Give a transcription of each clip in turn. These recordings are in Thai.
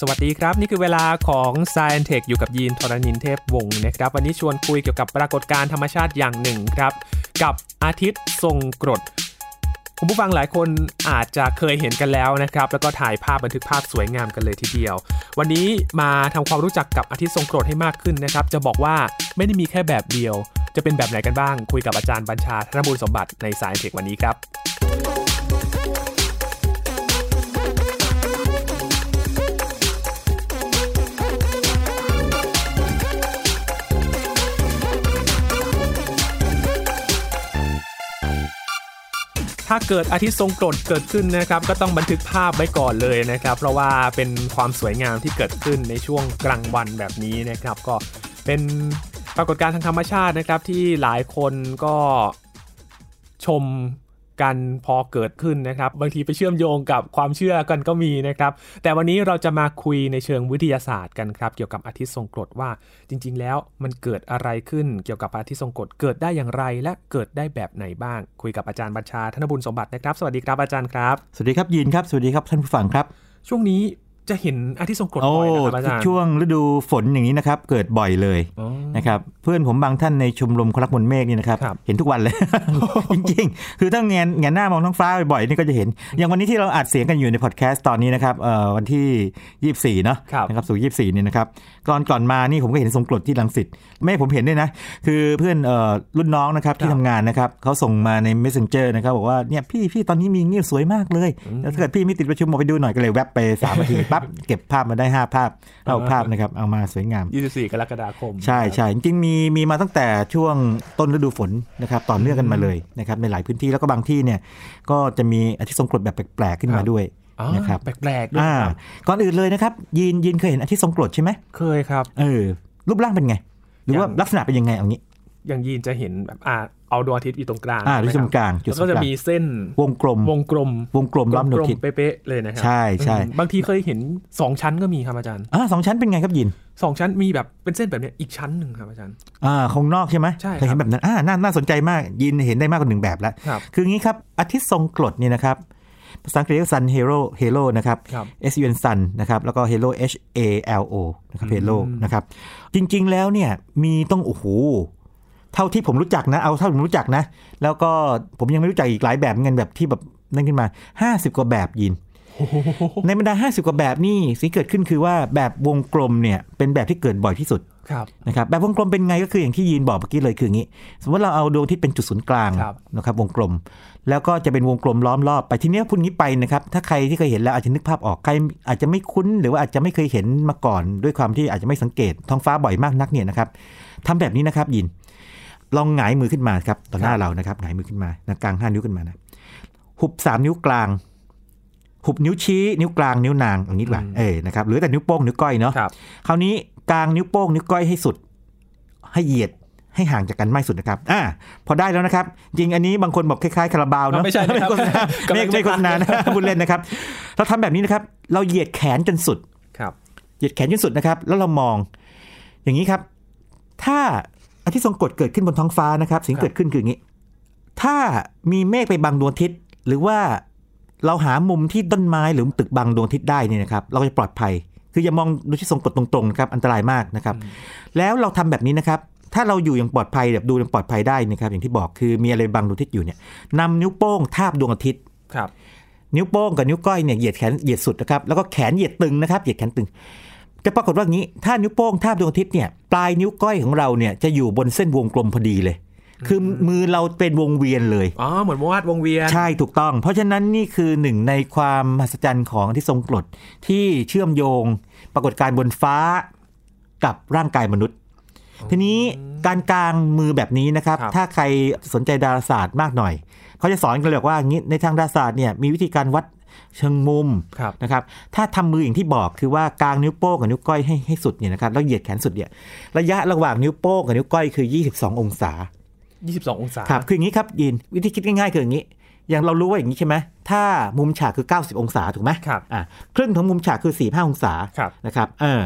สวัสดีครับนี่คือเวลาของ Science Tech อยู่กับยีนทรณินเทพวงศ์นะครับวันนี้ชวนคุยเกี่ยวกับปรากฏการณ์ธรรมชาติอย่างหนึ่งครับกับอาทิตย์ทรงกรดคุณผู้ฟังหลายคนอาจจะเคยเห็นกันแล้วนะครับแล้วก็ถ่ายภาพบันทึกภาพสวยงามกันเลยทีเดียววันนี้มาทำความรู้จักกับอาทิตย์ทรงกรดให้มากขึ้นนะครับจะบอกว่าไม่ได้มีแค่แบบเดียวจะเป็นแบบไหนกันบ้างคุยกับอาจารย์บัญชาธนบุญสมบัติใน Science Tech วันนี้ครับถ้าเกิดอาทิตย์ทรงกรดเกิดขึ้นนะครับก็ต้องบันทึกภาพไว้ก่อนเลยนะครับเพราะว่าเป็นความสวยงามที่เกิดขึ้นในช่วงกลางวันแบบนี้นะครับก็เป็นปรากฏการณ์ทางธรรมชาตินะครับที่หลายคนก็ชมกันพอเกิดขึ้นนะครับบางทีไปเชื่อมโยงกับความเชื่อกันก็มีนะครับแต่วันนี้เราจะมาคุยในเชิงวิทยาศาสตร์กันครับเกี่ยวกับอาทิตย์ทรงกรดว่าจริงๆแล้วมันเกิดอะไรขึ้นเกี่ยวกับอาทิตย์ทรงกรดเกิดได้อย่างไรและเกิดได้แบบไหนบ้างคุยกับอาจารย์บัญชาธนบุญสมบัตินะครับสวัสดีครับอาจารย์ครับสวัสดีครับยีนครับสวัสดีครับท่านผู้ฟังครับช่วงนี้จะเห็นอาทิตย์ทรงกรดบ่อยนะครับอาจารย์ช่วงฤดูฝนอย่างนี้นะครับเกิดบ่อยเลยนะครับเพื่อนผมบางท่านในชมรมคนรักมวลเมฆนี่นะครับเห็นทุกวันเลย จริงๆคือถ้าแงนหน้ามองท้องฟ้าบ่อยๆนี่ก็จะเห็นอย่างวันนี้ที่เราอัดเสียงกันอยู่ในพอดแคสต์ตอนนี้นะครับวันที่24เนาะนะครับสู่24นี่นะครับก่อนมานี่ผมก็เห็นทรงกรดที่รังสิตไม่ผมเห็นด้วยนะคือเพื่อนรุ่นน้องนะครับที่ทำงานนะครับเขาส่งมาใน Messenger นะครับบอกว่าเนี่ยพี่ตอนนี้มีเงี้ยสวยมากเลยแล้วถ้าเกิดพี่ไม่ติดประชุมมาไปดูหน่อยก็เลยแวบไป3 นาทีปั๊บเก็บภาพมาได้5 ภาพเอาภาพนะครับเอามาสวยงาม 24 กรกฎาคมใช่จริงๆมีมาตั้งแต่ช่วงต้นฤดูฝนนะครับต่อเนื่องกันมาเลยนะครับในหลายพื้นที่แล้วก็บางที่เนี่ยก็จะมีอาทิตย์ทรงกรดแบบแปลกๆขึ้นมาด้วยนะครับแปลกๆด้วยก่อนอื่นเลยนะครับยีนเคยเห็นอาทิตย์ทรงกรดใช่ไหมเคยครับรูปร่างเป็นไงหรือว่าลักษณะเป็นยังไงเอางี้อย่างยีนจะเห็นแบบเอาดวงอาทิตย์อยู่ตรงกลางอยู่ตรงกลางแล้วก็จะมีเส้นวงกลมล้อมดวงอาทิตย์เป๊ะๆเลยนะครัใช่บางทีเคยเห็น2 ชั้นก็มีครับอาจารย์ 2 ชั้นเป็นไงครับยิน 2 ชั้นมีแบบเป็นเส้นแบบนี้อีกชั้นนึงครับอาจารย์คงนอกใช่ไหมใช่เคยเห็นแบบนั้นน่าสนใจมากยินเห็นได้มากกว่า1แบบแล้วคืองี้ครับอาทิตย์ทรงกรดนี่นะครับภาษาอังกฤษเรียก Sun Halo นะครับ SUN Sun นะครับแล้วก็ Halo HALO นะครับ Halo นะครับจริงๆแล้วเนี่ยมีต้องโอ้โหเท่าที่ผมรู้จักนะเอาเท่าที่ผมรู้จักนะแล้วก็ผมยังไม่รู้จักอีกหลายแบบเงินแบบที่แบบนั่นขึ้นมา50 กว่าแบบยินในบรรดา50 กว่าแบบนี่สิ่งเกิดขึ้นคือว่าแบบวงกลมเนี่ยเป็นแบบที่เกิดบ่อยที่สุดนะครับแบบวงกลมเป็นไงก็คืออย่างที่ยีนบอกเมื่อกี้เลยคืออย่างนี้สมมติเราเอาดวงอาทิตย์เป็นจุดศูนย์กลางนะครับวงกลมแล้วก็จะเป็นวงกลมล้อมรอบไปทีนี้พูดงี้ไปนะครับถ้าใครที่เคยเห็นแล้วอาจจะนึกภาพออกใครอาจจะไม่คุ้นหรือว่าอาจจะไม่เคยเห็นมาก่อนด้วยความที่อาจจะไม่สังเกตท้องฟ้าบ่อยมากนักเนี่ยนะครับทำแบบนี้นะครับยีนลองหงายมือขึ้นมาครับต่อหน้าเรานะครับหงายมือขึ้นมากลาง5 นิ้วขึ้นมานะหุบ3 นิ้วกลางหุบนิ้วชี้นิ้วกลางนิ้วนางอย่างนี้ดีกว่านะครับหรือแต่นิ้วโป้งนิ้วก้อยเนาะคราวนี้กลางนิ้วโป้งนิ้วก้อยให้สุดให้เหยียดให้ห่างจากกันไม่สุดนะครับพอได้แล้วนะครับจริงอันนี้บางคนบอกคล้ายๆคาราบาวเนาะไม่ใช่นะครับไม่โฆษณานะพูดเล่นนะครับเราทำแบบนี้นะครับเราเหยียดแขนจนสุดเหยียดแขนจนสุดนะครับแล้วเรามองอย่างนี้ครับถ้าอาทิตย์ทรงกรดเกิดขึ้นบนท้องฟ้านะครับสิ่งเกิดขึ้นคืออย่างนี้ถ้ามีเมฆไปบังดวงอาทิตย์หรือว่าเราหามุมที่ต้นไม้หรือตึกบังดวงอาทิตย์ได้นี่นะครับเราจะปลอดภัยคืออย่ามองดูที่ทรงกรดตรงๆนะครับอันตรายมากนะครับแล้วเราทำแบบนี้นะครับถ้าเราอยู่อย่างปลอดภัยแบบดูอย่างปลอดภัยได้นะครับอย่างที่บอกคือมีอะไรบังดวงอาทิตย์อยู่เนี่ยนำนิ้วโป้งทาบดวงอาทิตย์นิ้วโป้งกับนิ้วก้อยเนี่ยเหยียดแขนเหยียดสุดนะครับแล้วก็แขนเหยียดตึงนะครับเหยียดแขนตึงจะปรากฏว่าอย่างนี้ถ้านิ้วโป้งทาบดวงอาทิตย์เนี่ยปลายนิ้วก้อยของเราเนี่ยจะอยู่บนเส้นวงกลมพอดีเลยคือมือเราเป็นวงเวียนเลยเหมือนวาดวงเวียนใช่ถูกต้องเพราะฉะนั้นนี่คือหนึ่งในความมหัศจรรย์ของอาทิตย์ทรงกรดที่เชื่อมโยงปรากฏการณ์บนฟ้ากับร่างกายมนุษย์ทีนี้การกางมือแบบนี้นะครับถ้าใครสนใจดาราศาสตร์มากหน่อยเขาจะสอนกันเลยว่างี้ในทางดาราศาสตร์เนี่ยมีวิธีการวัดเชิงมุมนะครับถ้าทำมืออย่างที่บอกคือว่ากางนิ้วโป้งกับนิ้วก้อยให้สุดเนี่ยนะครับแล้วเหยียดแขนสุดเนี่ยระยะระหว่างนิ้วโป้งกับนิ้วก้อยคือ22 องศาครับคืออย่างนี้ครับยินวิธีคิดง่ายๆคืออย่างนี้อย่างเรารู้ว่าอย่างนี้ใช่ไหมถ้ามุมฉากคือ90 องศาถูกไหมครึ่งของมุมฉากคือ45 องศานะครับ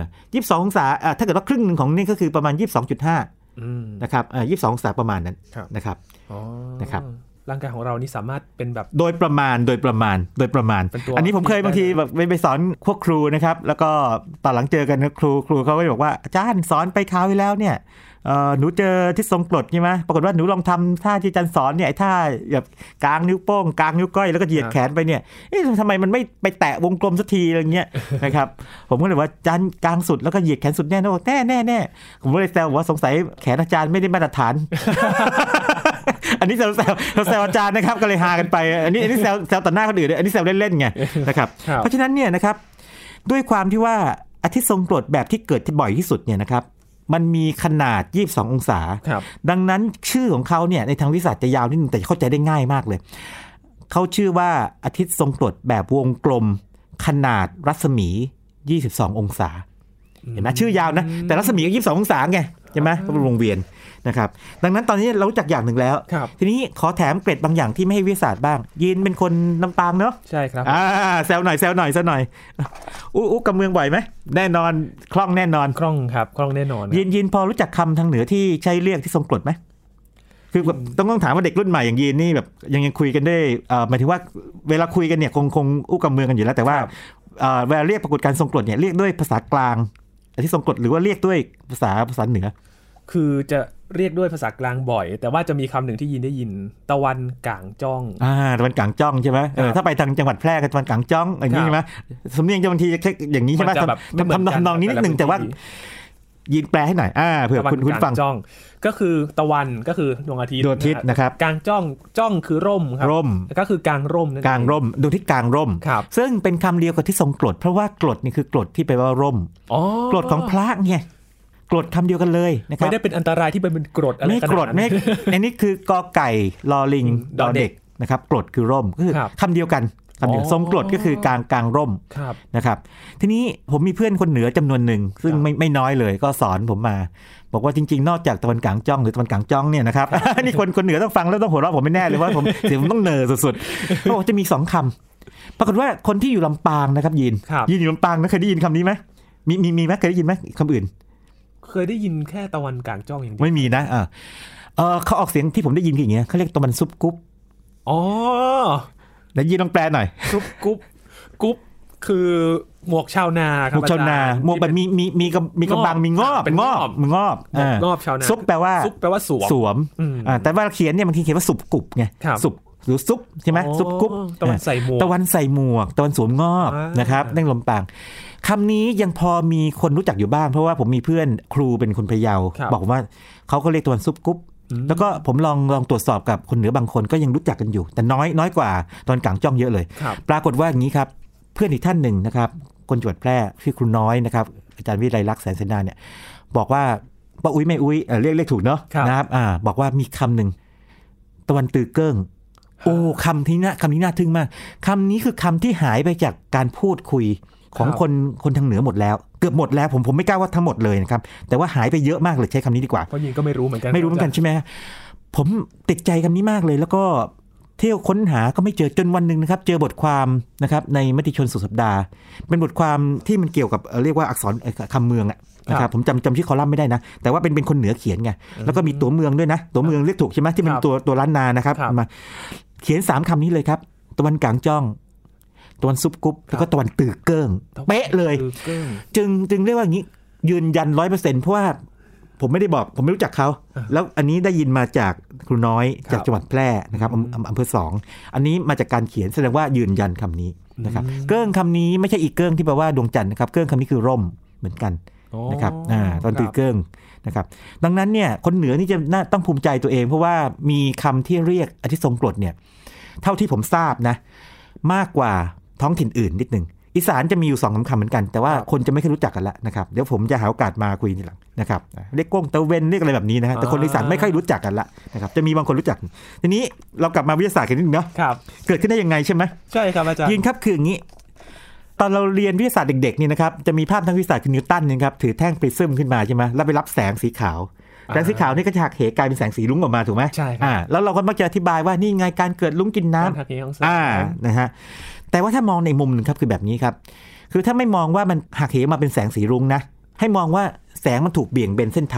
22 องศาถ้าเกิดว่าครึ่งนึงของนี่ก็คือประมาณ 22.5นะครับ22 องศาประมาณนั้นนะครับร่างกายของเรานี่สามารถเป็นแบบโดยประมาณอันนี้ผมเคยบางทีแบบไปสอนพวกครูนะครับแล้วก็ตอนหลังเจอกันครูเขาก็บอกว่าอาจารย์สอนไปคราวที่แล้วเนี่ยหนูเจอที่ทรงกรดใช่ไหมปรากฏว่าหนูลองทำท่าที่อาจารย์สอนเนี่ยท่าแบบกางนิ้วโป้งกางนิ้วก้อยแล้วก็เหยียดแขนไปเนี่ยทำไมมันไม่ไปแตะวงกลมสักทีอะไรเงี้ยนะครับผมก็เลยว่าอาจารย์กางสุดแล้วก็เหยียดแขนสุดแน่แน่ผมก็เลยแซวว่าสงสัยแขนอาจารย์ไม่ได้มาตรฐาน อันนี้แซวอาจารย์นะครับก็เลยฮากันไปอันนี้แซวต่อหน้าคนอื่นอันนี้แซวเล่นๆไงนะครับเพราะฉะนั้นเนี่ยนะครับด้วยความที่ว่าอาทิตย์ทรงกรดแบบที่เกิดที่บ่อยที่สุดเนี่ยนะครับมันมีขนาด22องศาดังนั้นชื่อของเขาเนี่ยในทางวิทยาศาสตร์จะยาวนิดนึงแต่เข้าใจได้ง่ายมากเลยเขาชื่อว่าอาทิตย์ทรงกรดแบบวงกลมขนาดรัศมี22องศาเห็นไหมชื่อยาวนะแต่รัศมีก็22องศาไงใช่ไหมก็เป็นวงเวียนนะครับดังนั้นตอนนี้เรารู้จักอย่างหนึ่งแล้วทีนี้ขอแถมเกร็ดบางอย่างที่ไม่ให้วิทยาศาสตร์บ้างยินเป็นคนลำปางเนาะใช่ครับแซวหน่อยอุ๊กำเมืองบ่อยไหมแน่นอนคล่องแน่นอนคล่องครับคล่องแน่นอนยินพอรู้จักคำทางเหนือที่ใช้เรียกที่ทรงกรดไหมคือต้องถามว่าเด็กรุ่นใหม่อย่างยินนี่แบบยังคุยกันได้หมายถึงว่าเวลาคุยกันเนี่ยคงอุ๊กำเมืองกันอยู่แล้วแต่ว่าเวลาเรียกปรากฏการณ์ทรงกรดเนี่ยเรียกด้วยภาษากลางที่ทรงกรดหรือว่าเรียกด้วยภาษาเหนือคือจะเรียกด้วยภาษากลางบ่อยแต่ว่าจะมีคำหนึ่งที่ยินได้ยินตะวันกลางจ้องตะวันกลางจ้องใช่ไหมถ้าไปทางจังหวัดแพร่ก็ตะวันกลางจ้องอย่างนี้ใช่ไหมสำเนียงจะบางทีจะอย่างนี้ใช่ไหมทำนองนี้นิดนึงแต่ว่ายินแปลให้หน่อยเผื่อคุณฟังจ้องก็คือตะวันก็คือดวงอาทิตย์นะครับกลางจ้องคือร่มครับร่มก็คือกลางร่มกลางร่มดวงอาทิตย์กลางร่มซึ่งเป็นคำเดียวกับที่ทรงกรดเพราะว่ากรดนี่คือกรดที่แปลว่าร่มกรดของพระไงกรดคำเดียวกันเลยนะครับไม่ได้เป็นอันตรายที่เป็นกรดอะไรขนาดนั้นไม่กรดไม่ในนี้คือกอไก่ลอลิงดอเด็กนะครับกรดคือร่มก็คือคำเดียวกันคำเดียวทรงกรดก็คือกลางร่มนะครับทีนี้ผมมีเพื่อนคนเหนือจำนวนหนึ่งซึ่งไม่น้อยเลยก็สอนผมมาบอกว่าจริงๆนอกจากตะวันกลางจ้องหรือตะวันกลางจ้องเนี่ยนะครับนี่คนเหนือต้องฟังแล้วต้องหัวเราะผมไม่แน่เลยว่าผมเสียงผมต้องเนอสุดๆเขาบอกจะมี2คำปรากฏว่าคนที่อยู่ลำปางนะครับยินอยู่ลำปางนะเคยได้ยินคำนี้ไหมมีไหมเคยได้ยินไหมคำอื่นเคยได้ยินแค่ตะวันกลางจ้องอย่างเดียวไม่มีนะเขาออกเสียงที่ผมได้ยินอย่างเงี้ยเขาเรียกตะวันซุปกุ๊บแล้วยินลองแปลหน่อยซุปกุ๊บคือหมวกชาวนาครับหมวกชาวนาหมวกแบบมีกระบังมีงอบงอบชาวนาซุปแปลว่าสวมแต่ว่าเขียนเนี่ยบางทีเขียนว่าสุบกุบไงสุบหรือซุปใช่ไหมซุปกุ๊บตะวันใส่หมวกตะวันสวมงอบนะครับนั่งลมปางคำนี้ยังพอมีคนรู้จักอยู่บ้างเพราะว่าผมมีเพื่อนครูเป็นคนพะเยาบอกว่าเขาก็เรียกตะวันซุปกุ๊บแล้วก็ผมลองตรวจสอบกับคนเหนือบางคนก็ยังรู้จักกันอยู่แต่น้อยกว่าตอนกลางจ้องเยอะเลยปรากฏว่าอย่างนี้ครับเพื่อนอีกท่านหนึ่งนะครับคนจังหวัดแพร่ชื่อครูน้อยนะครับอาจารย์วิไลลักษณ์แสนเสนาเนี่ยบอกว่าป้าอุ้ยไม่อุ้ยเรียกถูกเนาะนะครับบอกว่ามีคำหนึ่งตะวันตือเกิ้งโอ้คำนี้น่าทึ่งมากคำนี้คือคำที่หายไปจากการพูดคุยของคนทางเหนือหมดแล้วเกือบหมดแล้วผมไม่กล้าว่าทั้งหมดเลยนะครับแต่ว่าหายไปเยอะมากเลยใช้คำนี้ดีกว่าเพราะยิงก็ไม่รู้เหมือนกันใช่ไหมผมติดใจคำนี้มากเลยแล้วก็เที่ยวค้นหาก็ไม่เจอจนวันหนึ่งนะครับเจอบทความนะครับในมติชนสุดสัปดาห์เป็นบทความที่มันเกี่ยวกับเรียกว่าอักษรคำเมืองนะครับผมจำชื่อคอลัมน์ไม่ได้นะแต่ว่าเป็นคนเหนือเขียนไงแล้วก็มีตัวเมืองด้วยนะตัวเมืองเรียกถูกใช่ไหมที่มันตัวล้านนานะครับมาเขียน3คำนี้เลยครับตะวันกลางจ้องตะวันซุปกุ๊บแล้วก็ตะวันตือเกิ้งเป๊ะเลยจึงเรียกว่าอย่างนี้ยืนยัน 100% เพราะว่าผมไม่ได้บอกผมไม่รู้จักเขาแล้วอันนี้ได้ยินมาจากครูน้อยจากจังหวัดแพร่นะครับอำเภอ2อันนี้มาจากการเขียนแสดงว่ายืนยันคำนี้นะครับเกิ้งคำนี้ไม่ใช่อีกเกิ้งที่แปลว่าดวงจันทร์นะครับเกิ้งคำนี้คือร่มเหมือนกันนะครับตอนตือเกิ้งนะครับดังนั้นเนี่ยคนเหนือนี่จะต้องภูมิใจตัวเองเพราะว่ามีคำที่เรียกอาทิตย์ทรงกรดเนี่ยเท่าที่ผมทราบนะมากกว่าท้องถิ่นอื่นนิดนึงอีสานจะมีอยู่2 คำเหมือนกันแต่ว่าคนจะไม่ค่อยรู้จักกันละนะครับเดี๋ยวผมจะหาโอกาสมาคุยทีหลังนะครับเรียกก้งตะเวนเรียกอะไรแบบนี้นะฮะแต่คนอีสานไม่ค่อยรู้จักกันละนะครับจะมีบางคนรู้จักทีนี้เรากลับมาวิทยาศาสตร์กันนิดนึงเนาะเกิดขึ้นได้ยังไงใช่ไหมใช่ครับอาจารย์ยินครับคืออย่างนี้ตอนเราเรียนวิทยาศาสตร์เด็กๆนี่นะครับจะมีภาพทางวิทยาศาสตร์คือนิวตันนี่ครับถือแท่งปริซึมขึ้นมาใช่ไหมแล้วไปรับแสงสีขาวแสงสีขาวนี่ก็จะหักเหกลายเป็นแสงสีรุ้งออกมาถูกไหมใช่แล้วเราก็มักจะอธิบายว่านี่ไงการเกิดรุ้งกินน้ำนะฮะแต่ว่าถ้ามองในมุมนึงครับคือแบบนี้ครับคือถ้าไม่มองว่ามันหักเหมาเป็นแสงสีรุ้งนะให้มองว่าแสงมันถูกเบี่ยงเบนเส้นทาง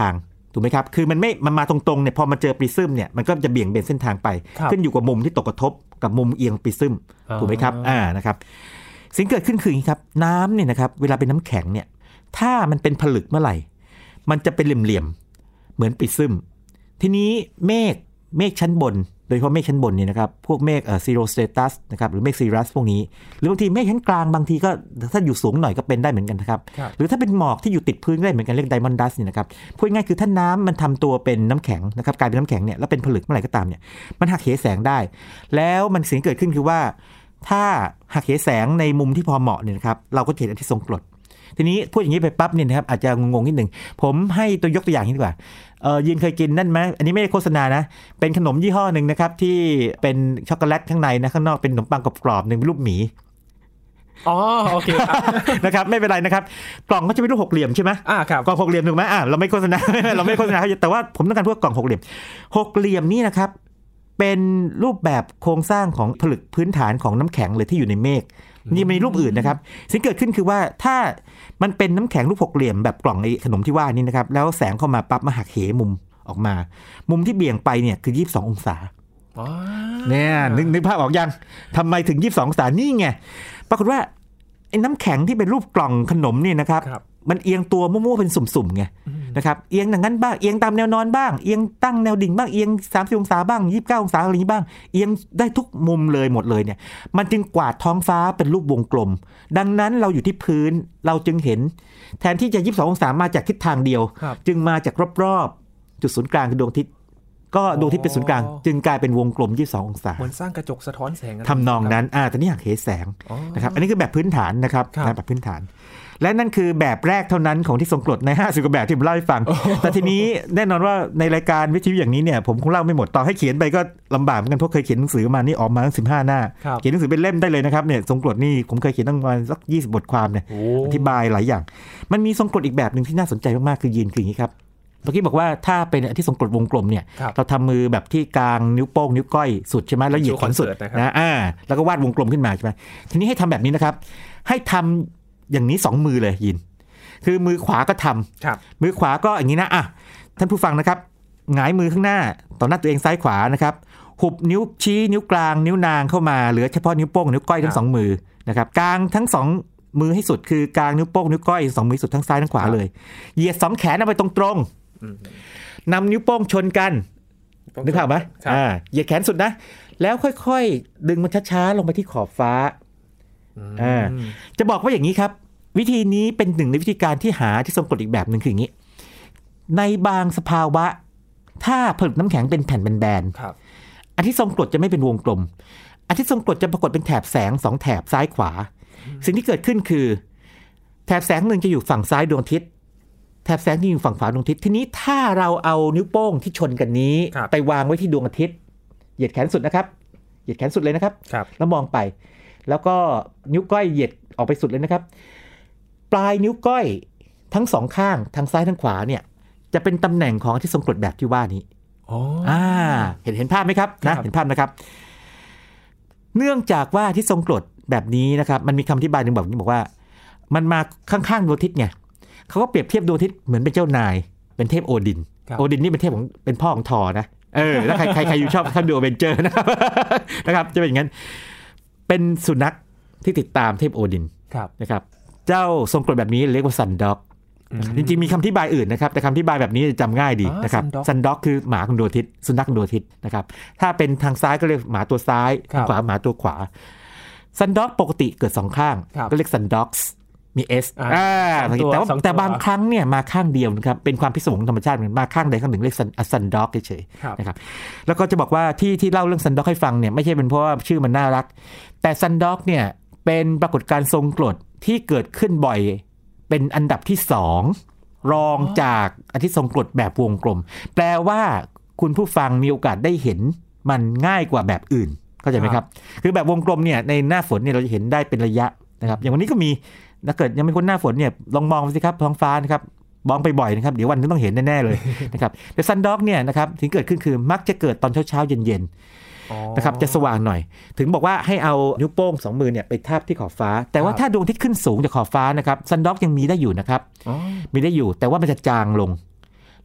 ถูกไหมครับคือมันมาตรงๆเนี่ยพอมาเจอปริซึมเนี่ยมันก็จะเบี่ยงเบนเส้นทางไปขึ้นอยู่กับมุมที่ตกกระทบกับมุมเอียงปริซึมถูกไหมครับนะครับสิ่งเกิดขึ้นคืออย่างนี้ครับน้ำเนี่ยนะครับเวลาเป็นน้ำแข็งเนี่ยถ้ามันเป็นผลึกเมื่อไหร่มันจะเป็นเหลี่ยมๆเหมือนปริซึมทีนี้เมฆชั้นบนโดยเฉพาะเมฆชั้นบนเนี่ยนะครับพวกเมฆซีโรสเตตัสนะครับหรือเมฆซีรัสพวกนี้หรือบางทีเมฆชั้นกลางบางทีก็ถ้าอยู่สูงหน่อยก็เป็นได้เหมือนกันนะครับหรือถ้าเป็นหมอกที่อยู่ติดพื้นได้เหมือนกันเรียกไดมอนด์ดัสเนี่ยนะครับพูดง่ายคือถ้าน้ำมันทำตัวเป็นน้ำแข็งนะครับกลายเป็นน้ำแข็งเนี่ยแล้วเป็นผลึกเมื่อไหร่ก็ตามเนี่ยมันหักเหแสงได้แล้วมันสิ่งเกิดขึ้นคือว่าถ้าหักเหแสงในมุมที่พอเหมาะเนี่ยนะครับเราก็เห็นอาทิตย์ทรงกรดทีนี้พูดอย่างนี้ไปปั๊บเนี่ยนะครับอาจจะงงๆนิดนึงผมให้ยกตัวอย่างนี้ดีกว่ายินเคยกินนั่นไหมอันนี้ไม่ได้โฆษณานะเป็นขนมยี่ห้อหนึ่งนะครับที่เป็นช็อกโกแลตข้างในนะข้างนอกเป็นขนมปังกรอบๆหนึ่งรูปหมีอ๋อโอเคครับนะครับไม่เป็นไรนะครับกล่องก็จะเป็นรูปหกเหลี่ยมใช่ไหมครับกล่องหกเหลี่ยมถูกไหมเราไม่โฆษณา เราไม่โฆษณาแต่ว่าผมต้องการพูดกล่องหกเหลี่ยมนี่นะครับเป็นรูปแบบโครงสร้างของผลึกพื้นฐานของน้ำแข็งเลยที่อยู่ในเมฆนี่มีรูปอื่นนะครับสิ่งเกิดขึ้นคือว่าถ้ามันเป็นน้ำแข็งรูปหกเหลี่ยมแบบกล่องไอ้ขนมที่ว่านี่นะครับแล้วแสงเข้ามาปั๊บมาหักเหมุมออกมามุมที่เบี่ยงไปเนี่ยคือ22องศาเนี่ยนึกภาพออกยังทำไมถึง22องศานี่ไงปรากฏว่าไอ้น้ำแข็งที่เป็นรูปกล่องขนมนี่นะครับมันเอียงตัวมั่วๆเป็นสุ่มๆไงนะครับเอียงอย่างนั้นบ้างเอียงตามแนวนอนบ้างเอียงตั้งแนวดิ่งบ้างเอียง30องศาบ้าง29องศาอะไรนี้บ้างเอียงได้ทุกมุมเลยหมดเลยเนี่ยมันจึงกวาดท้องฟ้าเป็นรูปวงกลมดังนั้นเราอยู่ที่พื้นเราจึงเห็นแทนที่จะ22องศามาจากทิศทางเดียวจึงมาจากรอบๆจุดศูนย์กลางคือดวงอาทิตย์ก็ดวงอาทิตย์เป็นศูนย์กลางจึงกลายเป็นวงกลม22องศาเหมือนสร้างกระจกสะท้อนแสงทำนองนั้นแต่นี่หักเหแสงนะครับอันนี้คือแบบพื้นฐานนะครับแบบพื้นฐานและนั่นคือแบบแรกเท่านั้นของที่ทรงกรดใน50กว่าแบบที่ผมเล่าให้ฟังแต่ทีนี้แน่นอนว่าในรายการวิทยุอย่างนี้เนี่ยผมคงเล่าไม่หมดต่อให้เขียนไปก็ลำบากเหมือนกันเพราะเคยเขียนหนังสือมานี่ออกมาตั้ง15หน้าเขียนหนังสือเป็นเล่มได้เลยนะครับเนี่ยทรงกรดนี่ผมเคยเขียนตั้งประมาณสัก20บทความเนี่ยอธิบายหลายอย่างมันมีทรงกรดอีกแบบนึงที่น่าสนใจมากๆคือยีนคืออย่างนี้ครับเมื่อกี้บอกว่าถ้าเป็นที่ทรงกรดวงกลมเนี่ยเราทำมือแบบที่กลางนิ้วโป้งนิ้วก้อยสุดใช่ไหมแล้วเหยียดแขนสุดนะแล้วก็วาดวงกลมขึ้นมาใช่ไหมทีนี้ให้ทำแบบนี้นะครับให้ทำอย่างนี้2มือเลยยินคือมือขวาก็ทำมือขวาก็อย่างนี้นะท่านผู้ฟังนะครับหงายมือข้างหน้าต่อหน้าตัวเองซ้ายขวานะครับหุบนิ้วชี้นิ้วกลางนิ้วนางเข้ามาเหลือเฉพาะนิ้วโป้งนิ้วก้อยทั้ง2มือนะครับกลางทั้ง2มือให้สุดคือกลางนิ้วโป้งนิ้วก้อย2มือสุดทั้งซ้ายทั้งขวาเลยเหยียด2แขนเอาไปตรงๆนำนิ้วโป้งชนกันนึกภาพไหมเหยียดแขนสุดนะแล้วค่อยๆดึงมันช้าๆลงไปที่ขอบฟ้าจะบอกว่าอย่างนี้ครับวิธีนี้เป็นหนึ่งในวิธีการที่หาที่ทรงกรดอีกแบบหนึ่งคืออย่างนี้ในบางสภาวะถ้าผลึกน้ำแข็งเป็นแผ่นแบนๆอาทิตย์ทรงกรดจะไม่เป็นวงกลมอาทิตย์ทรงกรดจะปรากฏเป็นแถบแสง2แถบซ้ายขวาสิ่งที่เกิดขึ้นคือแถบแสงหนึ่งจะอยู่ฝั่งซ้ายดวงอาทิตย์แถบแสงที่อยู่ฝั่งขวาดวงอาทิตย์ทีนี้ถ้าเราเอานิ้วโป้งที่ชนกันนี้ไปวางไว้ที่ดวงอาทิตย์เหยียดแขนสุดนะครับเหยียดแขนสุดเลยนะครับแล้วมองไปแล้วก็นิ้วก้อยเหยียดออกไปสุดเลยนะครับปลายนิ้วก้อยทั้งสองข้างทางซ้ายทางขวาเนี่ยจะเป็นตำแหน่งของอาทิตย์ทรงกรดแบบที่ว่านี้เห็นภาพไหมครับนะเห็นภาพนะครับเนื่องจากว่าอาทิตย์ทรงกรดแบบนี้นะครับมันมีคำอธิบายหนึ่งบอกว่ามันมาข้างๆดวงอาทิตย์ไงเขาก็เปรียบเทียบดวงอาทิตย์เหมือนเป็นเจ้านายเป็นเทพโอดินนี่เป็นเทพของเป็นพ่อของทอนะแล้วใครอยู่ชอบดูอเวนเจอร์นะครับจะเป็นอย่างนั้นเป็นสุนัขที่ติดตามเทพโอดินนะครับเจ้าทรงกรดแบบนี้เรียกว่าซันด็อกจริงๆมีคำอธิบายอื่นนะครับแต่คำอธิบายแบบนี้จำง่ายดีนะครับซันด็อกคือหมาของดวงอาทิตย์สุนัขของดวงอาทิตย์นะครับถ้าเป็นทางซ้ายก็เรียกหมาตัวซ้ายทางขวาหมาตัวขวาซันด็อกปกติเกิด2ข้างก็เรียกซันด็อกส์มี S แต่บางครั้งเนี่ยมาข้างเดียวนะครับเป็นความพิเศษของธรรมชาติเหมือนมาข้างใดข้างหนึ่งเรียกซันด็อกเฉยๆนะครับแล้วก็จะบอกว่าที่เล่าเรื่องซันด็อกให้ฟังเนี่ยไม่ใช่เป็นเพราะว่าชื่อมันน่ารักแต่ซันด็อกเนี่ยเป็นปรากฏการณ์ทรงกรดที่เกิดขึ้นบ่อยเป็นอันดับที่2รองจากอาทิตย์ทรงกรดแบบวงกลมแปลว่าคุณผู้ฟังมีโอกาสได้เห็นมันง่ายกว่าแบบอื่นเข้าใจไหมครับคือแบบวงกลมเนี่ยในหน้าฝนเนี่ยเราจะเห็นได้เป็นระยะนะครับอย่างวันนี้ก็มีถ้าเกิดยังเป็นคนหน้าฝนเนี่ยลองมองสิครับท้องฟ้านะครับมองไปบ่อยนะครับเดี๋ยววันนึงต้องเห็นแน่ๆเลยนะครับแต่ซันด็อกเนี่ยนะครับที่เกิดขึ้นคือมักจะเกิดตอนเช้าๆเย็นๆนะครับจะสว่างหน่อยถึงบอกว่าให้เอานิ้วโป้ง2มือเนี่ยไปทาบที่ขอบฟ้าแต่ว่าถ้าดวงอาทิตย์ขึ้นสูงจากขอบฟ้านะครับซันด็อกยังมีได้อยู่นะครับมีได้อยู่แต่ว่ามันจะจางลง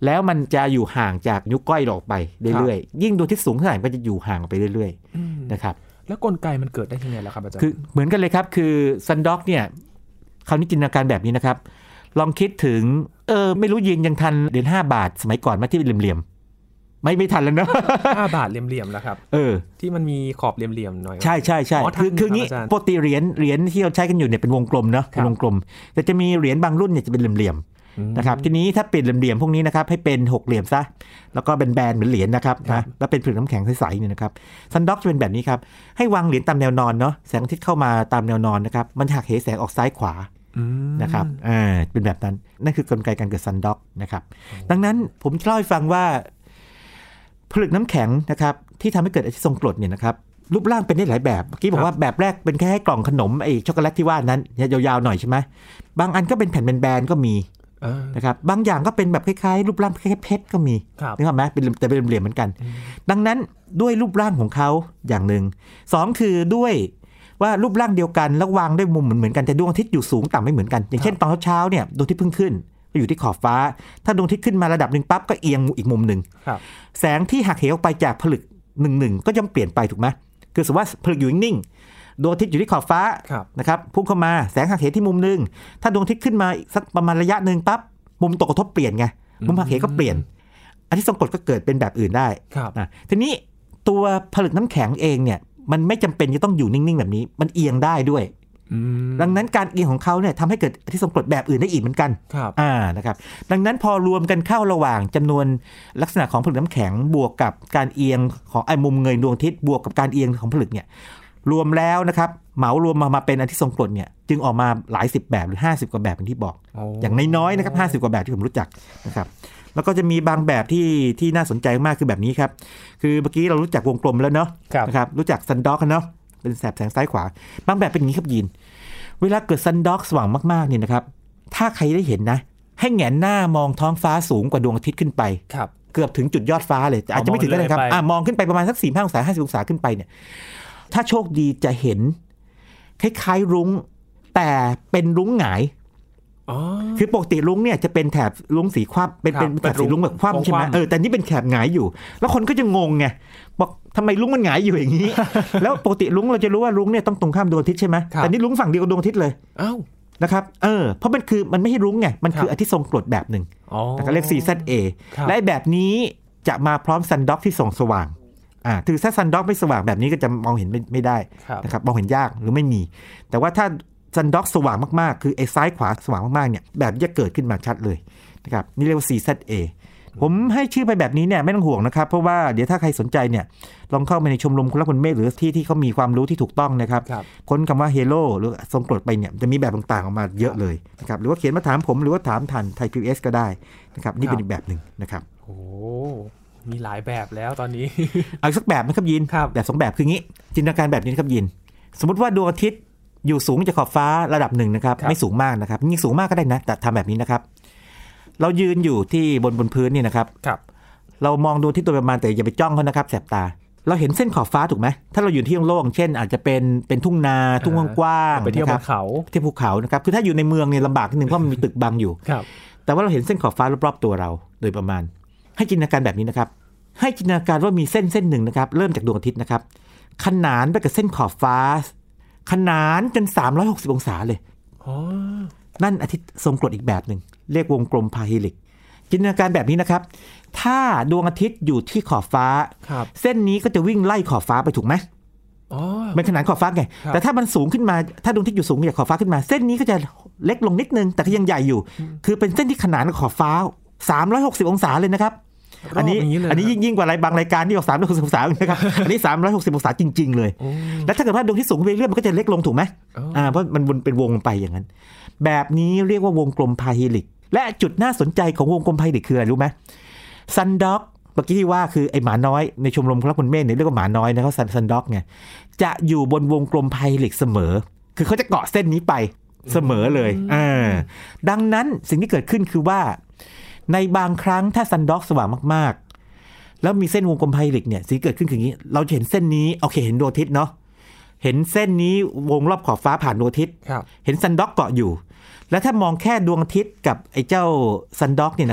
แล้วมันจะอยู่ห่างจากนิ้วก้อยออกไปเรื่อยๆยิ่งดวงอาทิตย์สูงเท่าไหร่ก็จะอยู่ห่างออกไปเรื่อยๆนะครับแล้วกลไกมันเกิดได้ยังไงล่ะครับอาจารย์คือเหมือนกันเลยครับคือซันด็อกเนี่ยคราวนี้จินตนาการแบบนี้นะครับลองคิดถึงไม่รู้ยังทันเหรียญ5 บาทสมัยก่อนมาที่เป็นเหลี่ยมๆไม่ทันแล้วเนาะ 5 บาทเหลี่ยมๆแล้วครับที่มันมีขอบเหลี่ยมๆหน่อยใช่คืองี้ปกติเหรียญที่เราใช้กันอยู่เนี่ยเป็นวงกลมเนาะเป็นวงกลมแต่จะมีเหรียญบางรุ่นเนี่ยจะเป็นเหลี่ยมๆนะครับทีนี้ถ้าเปลี่ยนเหลี่ยมๆพวกนี้นะครับให้เป็น6เหลี่ยมซะแล้วก็เป็นแบนเหมือนเหรียญนะครับนะแล้วเป็นผลึกน้ำแข็งใสๆเนี่ยนะครับซันด็อกจะเป็นแบบนี้ครับให้วางเหรียญตามแนวนอนเนาะแสงอาทิตย์เข้ามาตามแนวนอนนะครับมันหักเหแสงออกซ้ายขวานะครับเป็นแบบนั้นนั่นคือกลไกการเกิดซันด็อกนะครับดังนั้นผมเล่าให้ฟังว่าผลึกน้ำแข็งนะครับที่ทำให้เกิดอาทิตย์ทรงกรดเนี่ยนะครับรูปร่างเป็นได้หลายแบบเมื่อกี้บอกว่าแบบแรกเป็นแค่กล่องขนมไอ้ช็อกโกแลตที่ว่านั้นยาวๆหน่อยใช่ไหมบางอันก็เป็นแผ่นแบนๆก็มีนะครับบางอย่างก็เป็นแบบคล้ายๆรูปร่างคล้ายๆเพชรก็มีนึกออกไหมแต่เป็นเหลี่ยมเหมือนกันดังนั้นด้วยรูปร่างของเขาอย่างหนึ่ง2คือด้วยว่ารูปร่างเดียวกันแล้ววางได้มุมเหมือนกันแต่ดวงอาทิตย์อยู่สูงต่ำไม่เหมือนกันอย่างเช่นตอนเช้าเนี่ยดวงอาทิตย์เพิ่งขึ้นก็อยู่ที่ขอบฟ้าถ้าดวงอาทิตย์ขึ้นมาระดับนึงปั๊บก็เอียงอีกมุมนึงแสงที่หักเหออกไปจากผลึก1ก็ย่อมเปลี่ยนไปถูกไหมคือสมมติว่าผลึกอยู่นิ่งๆดวงอาทิตย์อยู่ที่ขอบฟ้านะครับพุ่งเข้ามาแสงหักเหที่มุมนึงถ้าดวงอาทิตย์ขึ้นมาสักประมาณระยะนึงปั๊บมุมตกกระทบเปลี่ยนไงมุมหักเหก็เปลี่ยนอาทิตย์ทรงกรดก็เกิดเป็นแบบอื่นได้ทีนี้ตัวผลึกน้ำแข็งเองเนี่ยมันไม่จำเป็นจะต้องอยู่นิ่งๆแบบนี้มันเอียงได้ด้วยดังนั้นการเอียงของเขาเนี่ยทำให้เกิดอาทิตย์ทรงกรดแบบอื่นได้อีกเหมือนกันนะครับดังนั้นพอรวมกันเข้าระหว่างจำนวนลักษณะของผลึกน้ำแข็งบวกกับการเอียงของไอ้มุมเงยดวงอาทิตย์บวกกับการเอียงของผลึกเนี่ยรวมแล้วนะครับเหมารวมมาเป็นอาทิตย์ทรงกรดเนี่ยจึงออกมาหลาย10แบบหรือ50กว่าแบบอย่างที่บอกอย่างน้อยๆนะครับ50กว่าแบบที่ผมรู้จักนะครับแล้วก็จะมีบางแบบที่น่าสนใจมากคือแบบนี้ครับคือเมื่อกี้เรารู้จักวงกลมแล้วเนาะนะครับรู้จักซันด็อกเนาะเป็นแสบแสงซ้ายขวาบางแบบเป็นอย่างนี้ครับยินเวลาเกิดซันด็อกสว่างมากๆเนี่ยนะครับถ้าใครได้เห็นนะให้แหงนหน้ามองท้องฟ้าสูงกว่าดวงอาทิตย์ขึ้นไปเกือบถึงจุดยอดฟ้าเลยอาจจะไม่ถึงก็ได้ครับมองขึ้นไปประมาณสัก45 องศา50 องศาขึ้นไปเนี่ยถ้าโชคดีจะเห็นคล้ายๆรุ้งแต่เป็นรุ้งหงายคือปกติรุ้งเนี่ยจะเป็นแถบรุ้งสีคว่ำเป็นแถบสีรุ้งแบบคว่ำใช่ไหมแต่นี่เป็นแถบหงายอยู่แล้วคนก็จะงงไงบอกทำไมรุ้งมันหงายอยู่อย่างนี้ แล้วปกติรุ้งเราจะรู้ว่ารุ้งเนี่ยต้องตรงข้ามดวงอาทิตย์ใช่ไหมแต่นี่รุ้งฝั่งเดียวกับดวงอาทิตย์เลยนะครับเพราะมันไม่ใช่รุ้งไงมันคืออาทิตย์ทรงกรดแบบหนึ่งแล้วก็เรียก CZA และแบบนี้จะมาพร้อมซันด็อกที่ส่องสว่างถือถ้าซันด็อกไม่สว่างแบบนี้ก็จะมองเห็นไม่ได้นะครับมองเห็นยากหรือไม่มีแต่ว่าถ้าซันด็อกสว่างมากๆคือไอ้ซ้ายขวาสว่างมากๆเนี่ยแบบจะเกิดขึ้นมาชัดเลยนะครับนี่เรียกว่า CZA ผมให้ชื่อไปแบบนี้เนี่ยไม่ต้องห่วงนะครับเพราะว่าเดี๋ยวถ้าใครสนใจเนี่ยลองเข้าไปในชมรมคนรักคนเมฆหรือที่เขามีความรู้ที่ถูกต้องนะครับค้นคำว่าเฮโลหรือทรงกรดไปเนี่ยจะมีแบบต่างๆออกมาเยอะเลยนะครับหรือว่าเขียนมาถามผมหรือว่าถามผ่านไทย PBS ก็ได้นะครับนี่เป็นอีกแบบนึงนะครับโอ้มีหลายแบบแล้วตอนนี้เอาสักแบบนะครับยินแบบ2แบบคืองี้จินตนาการแบบนี้ครับยินสมมติว่าดวงอาทิตย์อยู่สูงจากขอบฟ้าระดับหนึ่งนะครับไม่สูงมากนะครับยิ่งสูงมากก็ได้นะแต่ทำแบบนี้นะครับเรายืนอยู่ที่บนพื้นนี่นะครับเรามองดูที่ตัวประมาณแต่อย่าไปจ้องเขานะครับแสบตาเราเห็นเส้นขอบฟ้าถูกไหมถ้าเราอยู่ที่โล่งๆเช่นอาจจะเป็นทุ่งนาทุ่งกว้างไปเที่ยวภูเขานะครับคือถ้าอยู่ในเมืองเนี่ยลำบากนิดนึงเพราะมันมีตึกบังอยู่แต่ว่าเราเห็นเส้นขอบฟ้ารอบๆตัวเราโดยประมาณให้จินตนาการแบบนี้นะครับให้จินตนาการว่ามีเส้นหนึ่งนะครับเริ่มจากดวงอาทิตย์นะครับขนานไปกับเส้นขอบฟ้าขนานจน360องศาเลยนั่นอาทิตย์ทรงกรดอีกแบบหนึ่งเรียกวงกลมพาฮิลิกจินตนาการแบบนี้นะครับถ้าดวงอาทิตย์อยู่ที่ขอบฟ้าเส้นนี้ก็จะวิ่งไล่ขอบฟ้าไปถูกไหมเป็นขนานขอบฟ้าไงแต่ถ้ามันสูงขึ้นมาถ้าดวงอาทิตย์อยู่สูงจากขอบฟ้าขึ้นมาเส้นนี้ก็จะเล็กลงนิดนึงแต่ก็ยังใหญ่อยู่คือเป็นเส้นที่ขนานกับขอบฟ้า360องศาเลยนะครับอันนี้ยิ่งกว่าบางรายการที่ออก360องศานะครับอันนี้360องศาจริงๆเลยแล้วถ้าเกิดว่าดวงที่สูงไปเรื่อยมันก็จะเล็กลงถูกไหมเพราะมันเป็นวงไปอย่างนั้นแบบนี้เรียกว่าวงกลมพาฮิลิกและจุดน่าสนใจของวงกลมพาฮิลิกคืออะไรรู้ไหมซันด็อกเมื่อกี้ที่ว่าคือไอหมาน้อยในชมรมคนรักคนเมฆเนี่ยเรียกว่าหมาน้อยนะเขาซันด็อกไงจะอยู่บนวงกลมพาฮิลิกเสมอคือเขาจะเกาะเส้นนี้ไปเสมอเลยดังนั้นสิ่งที่เกิดขึ้นคือว่าในบางครั้งถ้าซันด็อกสว่างมากๆแล้วมีเส้นวงกลมพาฮิลิกเนี่ยสิ่งเกิดขึ้นคืออย่างนี้เราจะเห็นเส้นนี้โอเคเห็นดวงอาทิตย์เนาะเห็นเส้นนี้วงรอบขอบฟ้าผ่านดวงอาทิตย์เห็นซันด็อกเกาะอยู่แล้วถ้ามองแค่ดวงอาทิตย์กับไอ้เจ้าซันด็อกเนี่ยนะครับ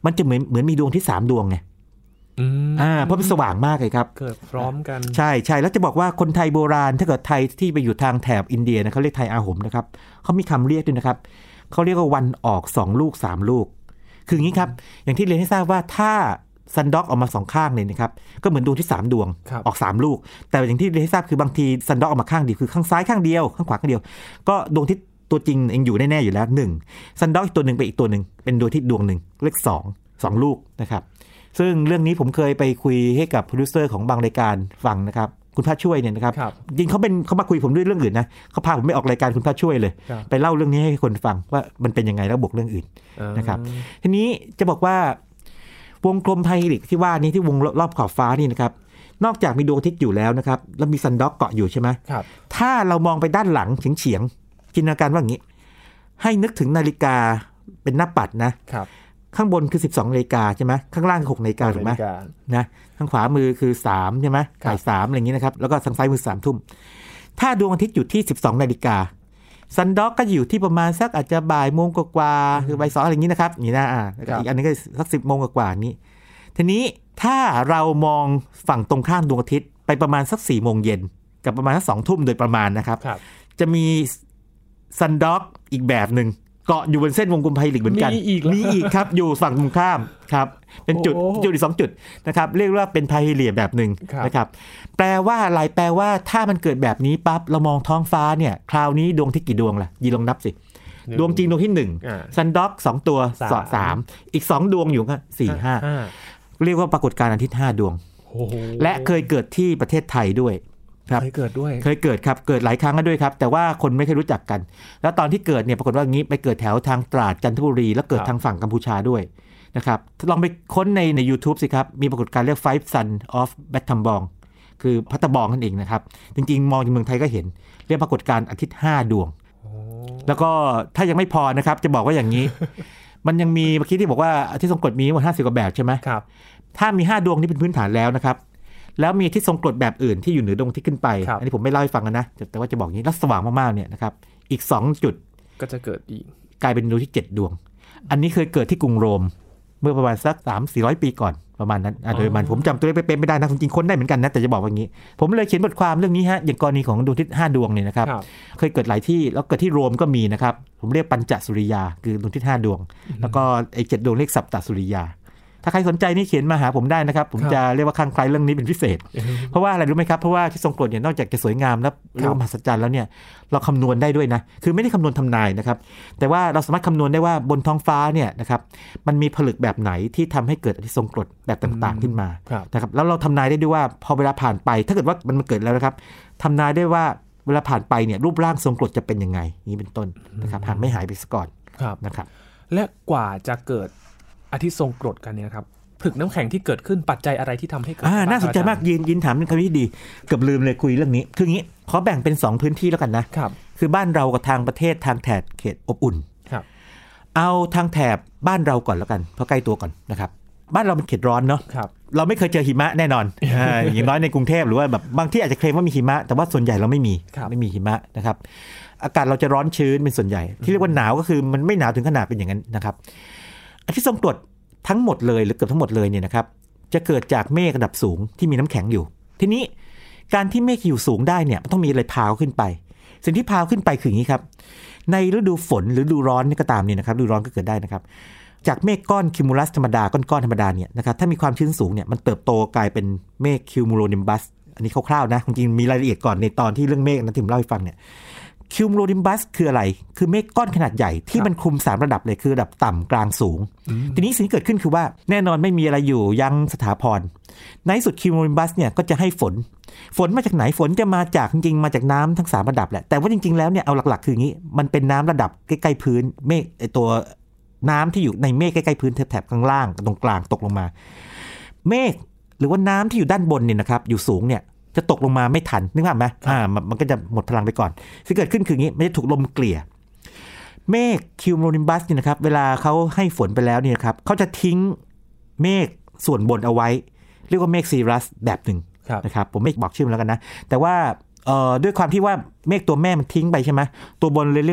มันจะเหมือนมีดวงที่3ดวงไงเพราะมันสว่างมากเลยครับเกิดพร้อมกันใช่แล้วจะบอกว่าคนไทยโบราณถ้าเกิดไทยที่ไปอยู่ทางแถบอินเดียนะเขาเรียกไทยอาหมนะครับเขามีคำเรียกด้วยนะครับเขาเรียกว่าวันออก2ลูก3ลูกคืออย่างนี้ครับอย่างที่เรียนให้ทราบว่าถ้าซันด็อกออกมา2ข้างเลยนะครับก็เหมือนดวงที่3ดวงออก3ลูกแต่อย่างที่เรียนให้ทราบคือบางทีซันด็อกออกมาข้างเดียวคือข้างซ้ายข้างเดียวข้างขวาข้างเดียวก็ดวงที่ตัวจริงเองอยู่แน่ๆอยู่แล้ว1ซันด็อกอีกตัวนึงไปอีกตัวนึงเป็นดวงที่ดวงนึงเลข2ลูกนะครับซึ่งเรื่องนี้ผมเคยไปคุยให้กับโปรดิวเซอร์ของบางรายการฟังนะครับคุณพระช่วยเนี่ยนะครับจริงเขามาคุยผมด้วยเรื่องอื่นนะเขาพาผมไปออกรายการคุณพระช่วยเลยไปเล่าเรื่องนี้ให้คนฟังว่ามันเป็นยังไงแล้วบวกเรื่องอื่นนะครับทีนี้จะบอกว่าวงกลมไพลิกที่ว่านี้ที่วงรอบขอบฟ้านี่นะครับนอกจากมีดวงอาทิตย์อยู่แล้วนะครับแล้วมีซันด็อกเกาะอยู่ใช่ไหมถ้าเรามองไปด้านหลังเฉียงจินตนาการว่าอย่างนี้ให้นึกถึงนาฬิกาเป็นหน้าปัดนะข้างบนคือ12นาฬิกาใช่ไหมข้างล่าง6นาฬิกาถูกไหมนะข้างขวามือคือ3ใช่ไหมบ่าย3อะไรอย่างนี้นะครับแล้วก็ทางซ้ายมือ3 ทุ่มถ้าดวงอาทิตย์อยู่ที่12นาฬิกาซันด็อกก็อยู่ที่ประมาณสักอาจจะบ่ายโมงกว่าๆคือบ่าย2อะไรอย่างนี้นะครับอย่างนี้นะอีกอันนึงก็สัก10โมงกว่าๆนี้ทีนี้ถ้าเรามองฝั่งตรงข้ามดวงอาทิตย์ไปประมาณสัก4โมงเย็นกับประมาณสัก2ทุ่มโดยประมาณนะครับจะมีซันด็อกอีกแบบนึงเกาะอยู่บนเส้นวงกลมไพลิกเหมือนกันมีอีกครับอยู่ฝั่งตรงข้ามครับเป็นจุดอีก2จุดนะครับเรียกว่าเป็นไพลิกแบบนึงนะครับแปลว่าอะไรแปลว่าถ้ามันเกิดแบบนี้ปั๊บเรามองท้องฟ้าเนี่ยคราวนี้ดวงที่กี่ดวงล่ะยีลองนับสิดวงจริงดวงที่1ซันด็อก2ตัว3อีก2ดวงอยู่ก็4 5เรียกว่าปรากฏการณ์อาทิตย์5ดวงและเคยเกิดที่ประเทศไทยด้วยเคยเกิดด้วยเคยเกิดครับเกิดหลายครั้งด้วยครับแต่ว่าคนไม่เคยรู้จักกันแล้วตอนที่เกิดเนี่ยปรากฏว่างี้ไปเกิดแถวทางตราดจันทบุรีแล้วเกิดทางฝั่งกัมพูชาด้วยนะครับลองไปค้นใน YouTube สิครับมีปรากฏการณ์เรียก Five Sun of Battambang คือพัตตบองนั่นเองนะครับจริงๆมองในเมืองไทยก็เห็นเรียกปรากฏการณ์อาทิตย์5ดวงแล้วก็ถ้ายังไม่พอนะครับจะบอกว่าอย่างนี้ มันยังมีเมื่อกี้ที่บอกว่าอาทิตย์ทรงกฎมีหมด50กว่าแบบใช่ไหมครับถ้ามี5ดวงนี่เป็นพื้นฐานแล้วนะครับแล้วมีอาทิตย์ทรงกรดแบบอื่นที่อยู่เหนือดวงอาทิตย์ขึ้นไปอันนี้ผมไม่เล่าให้ฟังนะแต่ว่าจะบอกอย่างนี้แล้วสว่างมากๆเนี่ยนะครับอีก2จุดก็จะเกิดอีกกลายเป็นดวงที่7ดวงอันนี้เคยเกิดที่กรุงโรมเมื่อประมาณสัก 3-400 ปีก่อนประมาณนั้นโดยมันผมจำตัวเลขไม่ได้นะจริงๆค้นได้เหมือนกันนะแต่จะบอกว่าอย่างนี้ผมเลยเขียนบทความเรื่องนี้ฮะอย่างกรณีของดวงอาทิตย์5ดวงเนี่ยนะครับเคยเกิดหลายที่แล้วเกิดที่โรมก็มีนะครับผมเรียกปัญจสุริยาคือดวงอาทิตย์5ดวงแล้วก็ไอ้7ดวงเรียกสัปตสุริยาถ้าใครสนใจนี่เขียนมาหาผมได้นะครับผมจะเรียกว่าคลั่งไคล้เรื่องนี้เป็นพิเศษเพราะว่าอะไรรู้ไหมครับเพราะว่าที่ทรงกรดเนี่ยนอกจากจะสวยงามและเรียกว่ามหัศจรรย์แล้วเนี่ยเราคำนวณได้ด้วยนะคือไม่ได้คำนวณทำนายนะครับแต่ว่าเราสามารถคำนวณได้ว่าบนท้องฟ้าเนี่ยนะครับมันมีผลึกแบบไหนที่ทำให้เกิดอาทิตย์ทรงกรดแบบต่างๆขึ้นมานะครับแล้วเราทำนายได้ด้วยว่าพอเวลาผ่านไปถ้าเกิดว่ามันเกิดแล้วนะครับทำนายได้ว่าเวลาผ่านไปเนี่ยรูปร่างทรงกรดจะเป็นยังไงนี้เป็นต้นนะครับหากไม่หายไปซะก่อนนะครับและกว่าจะเกิดอาทิตย์ทรงกรดกันเนี่ยครับผลึกน้ำแข็งที่เกิดขึ้นปัจจัยอะไรที่ทำให้เกิดน่าสนใจมากยินถามเป็นคำที่ดีเกือบลืมเลยคุยเรื่องนี้คืออย่างนี้ขอแบ่งเป็น2พื้นที่แล้วกันนะครับคือบ้านเรากับทางประเทศทางแถบเขตอบอุ่นครับเอาทางแถบบ้านเราก่อนแล้วกันเพราะใกล้ตัวก่อนนะครับบ้านเราเป็นเขตร้อนเนาะเราไม่เคยเจอหิมะแน่นอนอย่างน้อยในกรุงเทพหรือว่าแบบบางที่อาจจะเคลมว่ามีหิมะแต่ว่าส่วนใหญ่เราไม่มีหิมะนะครับอากาศเราจะร้อนชื้นเป็นส่วนใหญ่ที่เรียกว่าหนาวก็คือมันไม่หนาวถึงขนาดเป็นอย่างนั้นนะครับอาทิตย์ทรงกรดทั้งหมดเลยหรือเกือบทั้งหมดเลยเนี่ยนะครับจะเกิดจากเมฆระดับสูงที่มีน้ำแข็งอยู่ทีนี้การที่เมฆอยู่สูงได้เนี่ยมันต้องมีอะไรพาขึ้นไปสิ่งที่พาขึ้นไปคืออย่างนี้ครับในฤดูฝนหรือฤดูร้อนนี่ก็ตามเนี่ยนะครับฤดูร้อนก็เกิดได้นะครับจากเมฆก้อนคิวมูลัสธรรมดาก้อนธรรมดาเนี่ยนะครับถ้ามีความชื้นสูงเนี่ยมันเติบโตกลายเป็นเมฆคิวมูโลนิมบัสอันนี้คร่าวๆนะจริงๆมีรายละเอียดก่อนในตอนที่เรื่องเมฆนั้นที่ผมเล่าให้ฟังเนี่ยคิวมูโลนิมบัสคืออะไรคือเมฆก้อนขนาดใหญ่ที่มันคลุม3ระดับเลยคือระดับต่ำกลางสูงทีนี้สิ่งที่เกิดขึ้นคือว่าแน่นอนไม่มีอะไรอยู่ยังสถาพรในสุดคิวมูโลนิมบัสเนี่ยก็จะให้ฝนมาจากไหนฝนจะมาจากจริงๆมาจากน้ำทั้ง3ระดับแหละแต่ว่าจริงๆแล้วเนี่ยเอาหลักๆคืออย่างนี้มันเป็นน้ำระดับใกล้ๆพื้นเมฆไอตัวน้ำที่อยู่ในเมฆใกล้ๆพื้นแถบข้างล่างตรงกลางตกลงมาเมฆหรือว่าน้ำที่อยู่ด้านบนเนี่ยนะครับอยู่สูงเนี่ยจะตกลงมาไม่ทันนึกภาพไหมมันก็จะหมดพลังไปก่อนสิ่งเกิดขึ้นคืออย่างนี้มันจะถูกลมเกลี่ยเมฆคิวมูโลนิมบัสเนี่ยนะครับเวลาเขาให้ฝนไปแล้วเนี่ยครับเขาจะทิ้งเมฆส่วนบนเอาไว้เรียกว่าเมฆซีรัสแบบหนึ่งนะครับผมไม่บอกชื่อมันแล้วกันนะแต่ว่าด้วยความที่ว่าเมฆตัวแม่มันทิ้งไปใช่ไหมตัวบนเลยเรียกว่า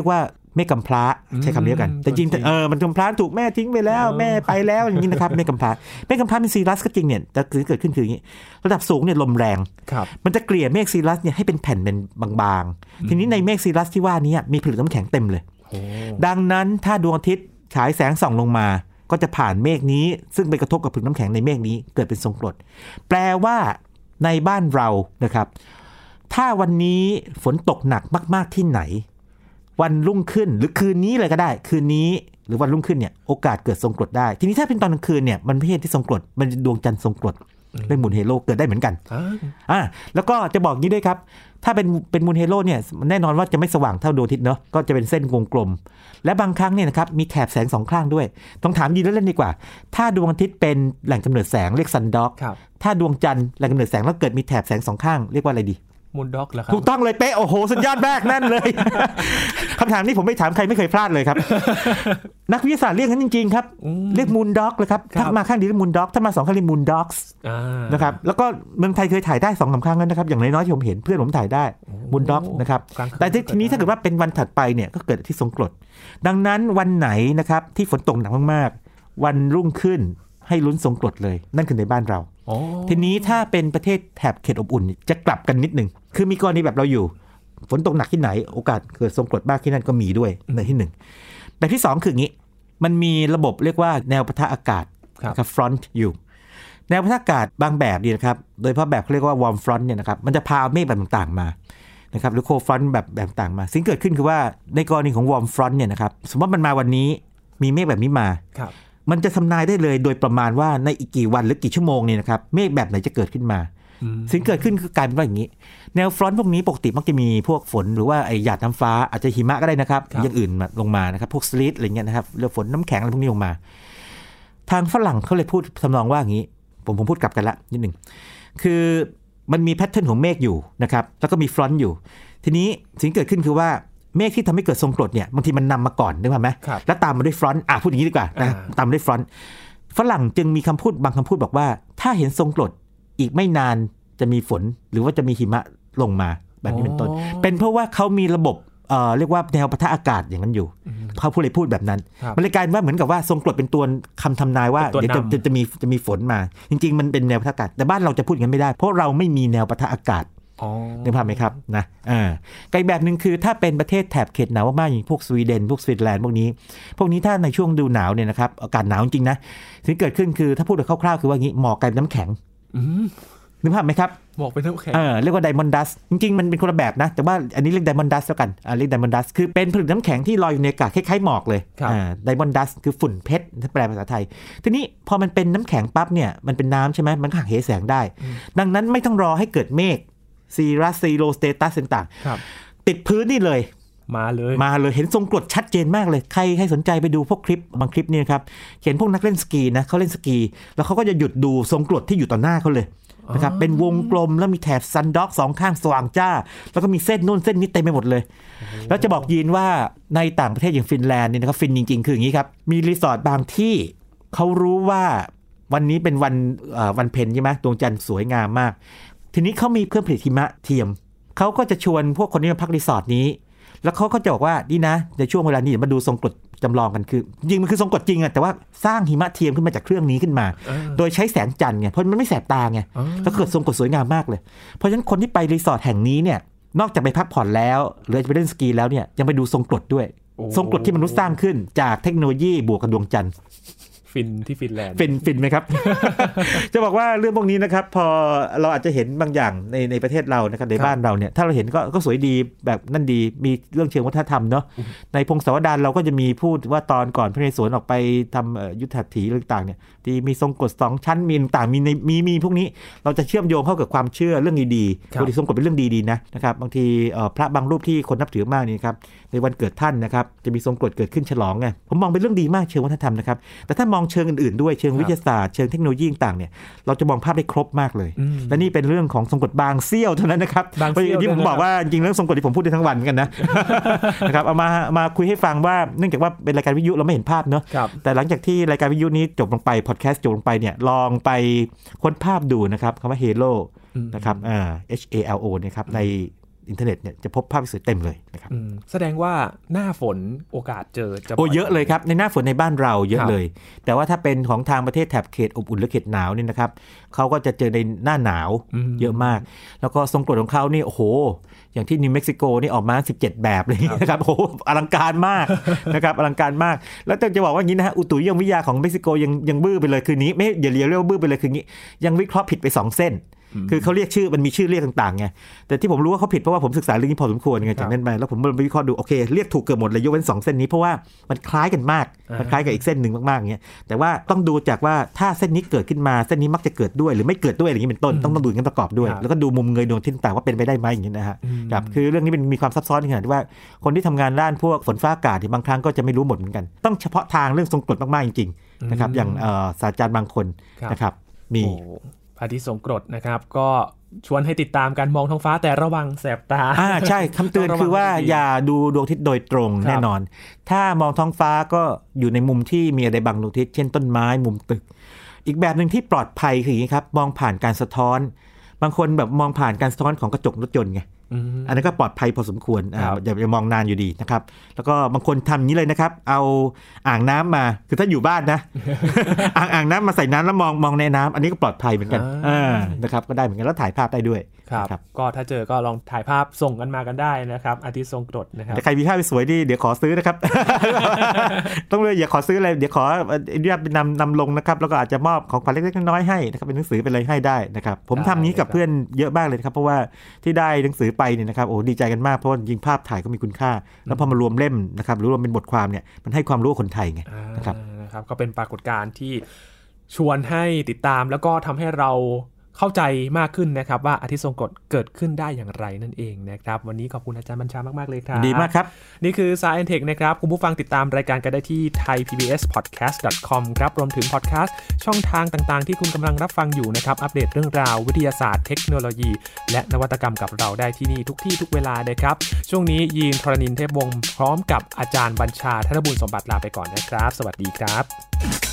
เมฆกำพร้าใช้คำนี้กันแต่จริงมันกำพร้าถูกแม่ทิ้งไปแล้วแม่ไปแล้วอย่างนี้นะครับเมฆกำพร้าเป็นซีรัสก็จริงเนี่ยแต่เกิดขึ้นคืออย่างนี้ระดับสูงเนี่ยลมแรงมันจะเกลี่ยเมฆซีรัสเนี่ยให้เป็นแผ่นเป็นบางๆทีนี้ในเมฆซีรัสที่ว่านี้มีผลึกน้ำแข็งเต็มเลยดังนั้นถ้าดวงอาทิตย์ฉายแสงส่องลงมาก็จะผ่านเมฆนี้ซึ่งไปกระทบกับผลึกน้ำแข็งในเมฆนี้เกิดเป็นทรงกรดแปลว่าในบ้านเรานะครับถ้าวันนี้ฝนตกหนักมากๆที่ไหนวันรุ่งขึ้นหรือคืนนี้เลยก็ได้คืนนี้หรือวันรุ่งขึ้นเนี่ยโอกาสเกิดทรงกรดได้ทีนี้ถ้าเป็นตอนกลางคืนเนี่ยมันไม่ใช่ที่ทรงกรดมันดวงจันทร์ทรงกรดเป็นมูนเฮโร่เกิดได้เหมือนกันแล้วก็จะบอกนี้ด้วยครับถ้าเป็นมูนเฮโร่เนี่ยแน่นอนว่าจะไม่สว่างเท่าดวงอาทิตย์เนาะก็จะเป็นเส้นวงกลมและบางครั้งเนี่ยนะครับมีแถบแสง2ข้างด้วยต้องถามดีเล่นๆดีกว่าถ้าดวงอาทิตย์เป็นแหล่งกำเนิดแสงเรียกซันด็อกถ้าดวงจันทร์แหล่งกำเนิดแสงแล้วเกิดมีแถบแสง2ข้างเรียกว่าอะไรดีมูนด็อกเหรอครับถูกต้องเลยเป๊ะโอ้โหสุดยอดมากนั่นเลย คำถามนี้ผมไม่ถามใครไม่เคยพลาดเลยครับ นักวิทยาศาสตร์เรียกนั้นจริงๆครับเรียกมูนด็อกเลยครับถ้ามาข้างเดียวเรียกมูนด็อกถ้ามา2ข้างเรียกมูนด็อกส์นะครับแล้วก็เมืองไทยเคยถ่ายได้ 2-3 ครั้งแล้วนะครับอย่างน้อยๆที่ผมเห็นเพื่อนผมถ่ายได้มูนด็อกนะครับแต่ทีนี้ถ้าเกิดว่าเป็นวันถัดไปเนี่ยก็เกิดที่ทรงกรดดังนั้นวันไหนนะครับที่ฝนตกหนักมากๆวันรุ่งขึ้นให้ลุ้นทรงกรดเลยนั่นคือในบ้านเราทีนี้ถ้าเป็นประเทศแถบเขตอบอุ่นจะกลับกันนิดนึงคือมีกรณีแบบเราอยู่ฝนตกหนักที่ไหนโอกาสเกิดทรงกรดมากที่นั่นก็มีด้วยในที่1แบบที่2คืออย่างนี้มันมีระบบเรียกว่าแนวปะทะอากาศกับ front อยู่แนวปะทะอากาศบางแบบดีนะครับโดยเฉพาะแบบเขาเรียกว่า warm front เนี่ยนะครับมันจะพาเมฆแบบต่างๆมานะครับหรือ cold front แบบต่างๆมาสิ่งเกิดขึ้นคือว่าในกรณีของ warm front เนี่ยนะครับสมมติมันมาวันนี้มีเมฆแบบนี้มามันจะทำนายได้เลยโดยประมาณว่าในอีกกี่วันหรือกี่ชั่วโมงเนี่ยนะครับเมฆแบบไหนจะเกิดขึ้นมาสิ่งเกิดขึ้นคือกลายเป็นว่าอย่างนี้แนวฟรอนต์พวกนี้ปกติมักจะมีพวกฝนหรือว่าไอหยาดน้ำฟ้าอาจจะหิมะก็ได้นะครับอย่างอื่นลงมานะครับพวกสลิดอะไรเงี้ยนะครับเรือฝนน้ำแข็งอะไรพวกนี้ลงมาทางฝรั่งเขาเลยพูดทำนองว่าอย่างนี้ผมพูดกลับกันละนิดหนึ่งคือมันมีแพทเทิร์นของเมฆอยู่นะครับแล้วก็มีฟรอนต์อยู่ทีนี้สิ่งเกิดขึ้นคือว่าเมฆที่ทำให้เกิดทรงกรดเนี่ยบางทีมันนำมาก่อนนึกภาพไหมแล้วตามมาด้วยฟรอนต์พูดอย่างนี้ดีกว่านะตามมาด้วยฟรอนต์ฝรั่งจึงมีคำพูดบางคำพูดบอกว่าถ้าเห็นทรงกรดอีกไม่นานจะมีฝนหรือว่าจะมีหิมะลงมาแบบนี้เป็นต้นเป็นเพราะว่าเขามีระบบเรียกว่าแนวปะทะอากาศอย่างนั้นอยู่เขาพูดแบบนั้นมันเลยกลายว่าเหมือนกับว่าทรงกรดเป็นตัวคำทำนายว่าเดี๋ยวจะมีฝนมาจริงๆมันเป็นแนวปะทะอากาศแต่บ้านเราจะพูดอย่างนั้นไม่ได้เพราะเราไม่มีแนวปะทะอากาศนึกภาพไหมครับนะไกลแบบนึงคือถ้าเป็นประเทศแถบเขตหนาวมากๆอย่างพวกสวีเดนพวกสวิตเซอร์แลนด์พวกนี้ถ้าในช่วงฤดูหนาวเนี่ยนะครับอากาศหนาวจริงๆนะสิ่งเกิดขึ้นคือถ้าพูดแบบคร่าวๆคือว่างี้หมอกกลายเป็นน้ำแข็งนึกภาพไหมครับหมอกเป็นน้ำแข็งเรียกว่าไดมอนด์ดัสจริงๆมันเป็นคนละแบบนะแต่ว่าอันนี้เรียกไดมอนด์ดัสแล้วกันเรียกไดมอนด์ดัสคือเป็นผลึกน้ำแข็งที่ลอยอยู่ในอากาศคล้ายๆหมอกเลยไดมอนด์ดัสคือฝุ่นเพชรถ้าแปลภาษาไทยทีนี้พอมันเป็นน้ำแข็งปั๊บเนี่ยมันเป็นน้ำใช่ไหมมันหักเหแสงได้ดังนั้นไม่ต้องรอให้เกิดเมฆซีรัสซีโรสเตตัสต่างๆติดพื้นนี่เลยมาเลยเห็นทรงกรดชัดเจนมากเลยใครสนใจไปดูพวกคลิปบางคลิปนี่ครับเห็นพวกนักเล่นสกีนะเขาเล่นสกีแล้วเขาก็จะหยุดดูทรงกรดที่อยู่ต่อหน้าเขาเลยนะครับเป็นวงกลมแล้วมีแถบซันด็อก2ข้างสว่างจ้าแล้วก็มีเส้นนู่นเส้นนี้เต็มไปหมดเลยแล้วจะบอกยีนว่าในต่างประเทศอย่างฟินแลนด์เนี่ยนะครับฟินจริงๆคืออย่างนี้ครับมีรีสอร์ทบางที่เขารู้ว่าวันนี้เป็นวันเพ็ญใช่ไหมดวงจันทร์สวยงามมากทีนี้เขามีเครื่องผลิตหิมะเทียมเขาก็จะชวนพวกคนที่มาพักรีสอร์ทนี้แล้วเขาก็จะบอกว่านี่นะในช่วงเวลานี้มาดูทรงกรดจำลองกันคือจริงมันคือทรงกรดจริงอะแต่ว่าสร้างหิมะเทียมขึ้นมาจากเครื่องนี้ขึ้นมาโดยใช้แสงจันทร์ไงเพราะมันไม่แสบตาไงแล้วเกิดทรงกรดสวยงามมากเลยเพราะฉะนั้นคนที่ไปรีสอร์ทแห่งนี้เนี่ยนอกจากไปพักผ่อนแล้วหรือจะไปเล่นสกีแล้วเนี่ยยังไปดูทรงกรดด้วยทรงกรดที่มนุษย์สร้างขึ้นจากเทคโนโลยีบวกกับดวงจันทร์ฟินที่ฟินแลนด์ฟินไหมครับ จะบอกว่าเรื่องพวกนี้นะครับพอเราอาจจะเห็นบางอย่างในประเทศเรานะครับในบ้านเราเนี่ยถ้าเราเห็นก็สวยดีแบบนั่นดีมีเรื่องเชิงวัฒนธรรมเนาะในพงศาวดารเราก็จะมีพูดว่าตอนก่อนพระนเรศวรออกไปทำยุทธหัตถีต่างๆเนี่ยที่มีทรงกรด2ชั้นมีต่างมีพวกนี้เราจะเชื่อมโยงเข้ากับความเชื่อเรื่องดีๆบางทีทรงกรดเป็นเรื่องดีๆนะครับบางทีพระบางรูปที่คนนับถือมากนี่ครับในวันเกิดท่านนะครับจะมีทรงกรดเกิดขึ้นฉลองไงผมมองเป็นเรื่องดีมากเชิงวัฒนธรรมนะครับแต่ถ้ามองเชิงอื่นๆด้วยเชิงวิทยาศาสตร์เชิงเทคโนโลยีต่างๆเนี่ยเราจะมองภาพได้ครบมากเลยและนี่เป็นเรื่องของทรงกรดบางเสี้ยวเท่านั้นนะครับเพราะอย่างที่ผมบอกว่าจริงๆเรื่องทรงกรดที่ผมพูดได้ทั้งวันกันนะ นะครับเอามาคุยให้ฟังว่าเนื่องจากว่าเป็นรายการวิทยุเราไม่เห็นภาพเนอะแต่หลังจากที่รายการวิทยุนี้จบลงไปพอดแคสต์จบลงไปเนี่ยลองไปค้นภาพดูนะครับคำว่า Halo นะครับHALO นะครับในอินเทอร์เน็ตเนี่ยจะพบภาพสวยเต็มเลยนะครับแสดงว่าหน้าฝนโอกาสเจอจะเยอะเลยครับในหน้าฝนในบ้านเราเยอะเลยแต่ว่าถ้าเป็นของทางประเทศแถบเขตอบอุ่นหรือเขตหนาวนี่นะครับเขาก็จะเจอในหน้าหนาวเยอะมากแล้วก็ทรงกรดของเขานี่โอ้โหอย่างที่นิวเม็กซิโกนี่ออกมา17แบบเลยนะครับโอ้โหอลังการมากนะครับอลังการมากแล้วจะบอกว่าอย่างนี้นะฮะอุตุนิยมวิทยาของเม็กซิโกยังบื้อไปเลยคืนนี้ไม่อย่าเรียกว่าบื้อไปเลยคืนนี้ยังวิเคราะห์ผิดไป2เส้นคือเขาเรียกชื่อมันมีชื่อเรียกต่างๆไงแต่ที่ผมรู้ว่าเขาผิดเพราะว่าผมศึกษาเรื่องนี้พอสมควรไงจากนั้นไปแล้วผมไปวิเคราะห์ดูโอเคเรียกถูกเกือบหมดเลยยกเว้น2เส้นนี้เพราะว่ามันคล้ายกันมากมันคล้ายกับอีกเส้นนึงมากๆอย่างเงี้ยแต่ว่าต้องดูจากว่าถ้าเส้นนี้เกิดขึ้นมาเส้นนี้มักจะเกิดด้วยหรือไม่เกิดด้วยอะไรอย่างนี้เป็นต้นต้องดูกันประกอบด้วยแล้วก็ดูมุมเงยดวงอาทิตย์ต่างว่าเป็นไปได้ไหมอย่างนี้นะฮะครับคือเรื่องนี้มีความซับซ้อนขนาดที่ว่าคนที่ทำงานด้านพวกฝนฟ้าอากาศบางครั้งก็จะไม่รู้หมดเหมือนกันต้องเฉพาะทางเรื่องทรงกรดมากๆจริงๆนะครับอย่างศาสตราจารย์บางคนนะครับมีอาทิตย์ทรงกรดนะครับก็ชวนให้ติดตามการมองท้องฟ้าแต่ระวังแสบตาใช่คำเตือนคือว่าอย่าดูดวงอาทิตย์โดยตรงแน่นอนถ้ามองท้องฟ้าก็อยู่ในมุมที่มีอะไรบังดวงอาทิตย์เช่นต้นไม้มุมตึกอีกแบบนึงที่ปลอดภัยคืออย่างนี้ครับมองผ่านการสะท้อนบางคนแบบมองผ่านการสะท้อนของกระจกรถยนต์ไงอันนั้นก็ปลอดภัยพอสมควรอย่ามองนานอยู่ดีนะครับแล้วก็บางคนทำอย่างนี้เลยนะครับเอาอ่างน้ำมาคือถ้าอยู่บ้านนะ อ่างน้ำมาใส่น้ำแล้วมองในน้ำอันนี้ก็ปลอดภัยเหมือนกันนะครับก็ได้เหมือนกันแล้วถ่ายภาพได้ด้วยครับก็ถ้าเจอก็ลองถ่ายภาพส่งกันมากันได้นะครับอาทิตย์ทรงกรดนะครับแต่ใครมีภาพสวยดีเดี๋ยวขอซื้อนะครับ ต้องเลยอย่าขอซื้ออะไรเดี๋ยวขออนุญาตนำลงนะครับแล้วก็อาจจะมอบของขวัญเล็กๆน้อยๆให้นะครับเป็นหนังสือเป็นอะไรให้ได้นะครับผมทำนี้กับเพื่อนเยอะมากเลยครับเพราะว่าที่ได้หนังสือไปเนี่ยนะครับโอ้ดีใจกันมากเพราะว่าจริงภาพถ่ายก็มีคุณค่าแล้วพอมารวมเล่มนะครับหรือรวมเป็นบทความเนี่ยมันให้ความรู้คนไทยไงนะครับก็เป็นปรากฏการณ์ที่ชวนให้ติดตามแล้วก็ทำให้เราเข้าใจมากขึ้นนะครับว่าอาทิตย์ทรงกรดเกิดขึ้นได้อย่างไรนั่นเองนะครับวันนี้ขอบคุณอาจารย์บัญชามากๆเลยครับดีมากครับนี่คือ Science Tech นะครับคุณผู้ฟังติดตามรายการกันได้ที่ thaipbspodcast.com ครับรวมถึงพอดแคสต์ช่องทางต่างๆที่คุณกำลังรับฟังอยู่นะครับอัปเดตเรื่องราววิทยาศาสตร์เทคโนโลยีและนวัตกรรมกับเราได้ที่นี่ทุกที่ทุกเวลานะครับช่วงนี้ยีนธรณินทร์เทพวงศ์พร้อมกับอาจารย์บัญชาธนบุญสมบัติลาไปก่อนนะครับสวัสดีครับ